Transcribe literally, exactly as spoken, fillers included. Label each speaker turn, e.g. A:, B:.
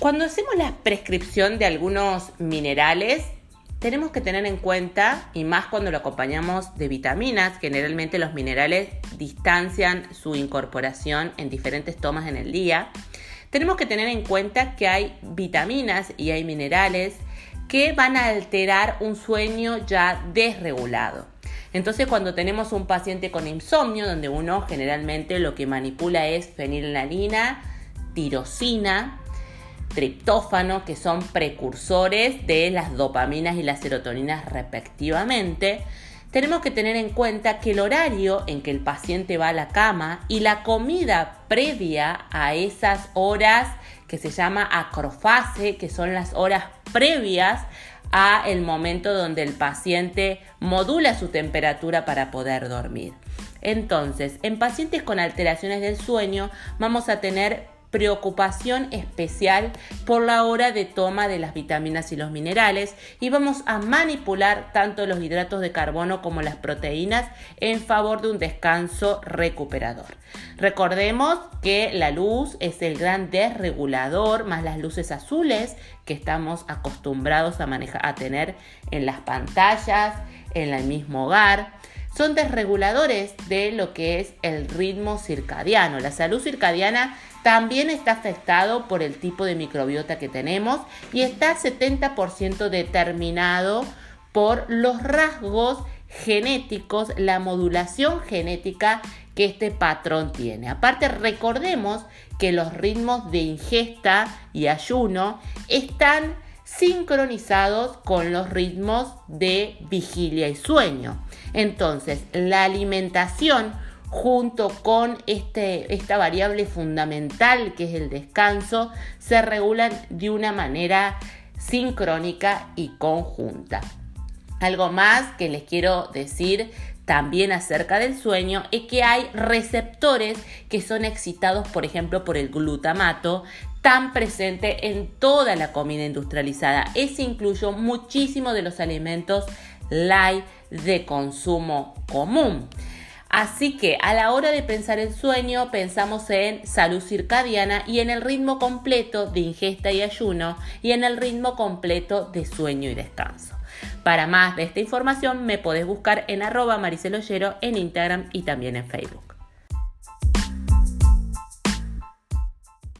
A: Cuando hacemos la prescripción de algunos minerales, tenemos que tener en cuenta, y más cuando lo acompañamos de vitaminas, generalmente los minerales distancian su incorporación en diferentes tomas en el día, tenemos que tener en cuenta que hay vitaminas y hay minerales que van a alterar un sueño ya desregulado. Entonces, cuando tenemos un paciente con insomnio, donde uno generalmente lo que manipula es fenilalanina, tirosina, triptófano, que son precursores de las dopaminas y las serotoninas respectivamente, tenemos que tener en cuenta que el horario en que el paciente va a la cama y la comida previa a esas horas que se llama acrofase, que son las horas previas a el momento donde el paciente modula su temperatura para poder dormir. Entonces, en pacientes con alteraciones del sueño vamos a tener preocupación especial por la hora de toma de las vitaminas y los minerales, y vamos a manipular tanto los hidratos de carbono como las proteínas en favor de un descanso recuperador. Recordemos que la luz es el gran desregulador, más las luces azules que estamos acostumbrados a manejar, a tener en las pantallas, en el mismo hogar. Son desreguladores de lo que es el ritmo circadiano. La salud circadiana también está afectado por el tipo de microbiota que tenemos y está setenta por ciento determinado por los rasgos genéticos, la modulación genética que este patrón tiene. Aparte, recordemos que los ritmos de ingesta y ayuno están sincronizados con los ritmos de vigilia y sueño. Entonces, la alimentación junto con este, esta variable fundamental que es el descanso se regulan de una manera sincrónica y conjunta. Algo más que les quiero decir también acerca del sueño es que hay receptores que son excitados, por ejemplo, por el glutamato, tan presente en toda la comida industrializada. Ese incluyó muchísimo de los alimentos light de consumo común. Así que a la hora de pensar el sueño, pensamos en salud circadiana y en el ritmo completo de ingesta y ayuno y en el ritmo completo de sueño y descanso. Para más de esta información me podés buscar en arroba mariceloyero en Instagram y también en Facebook.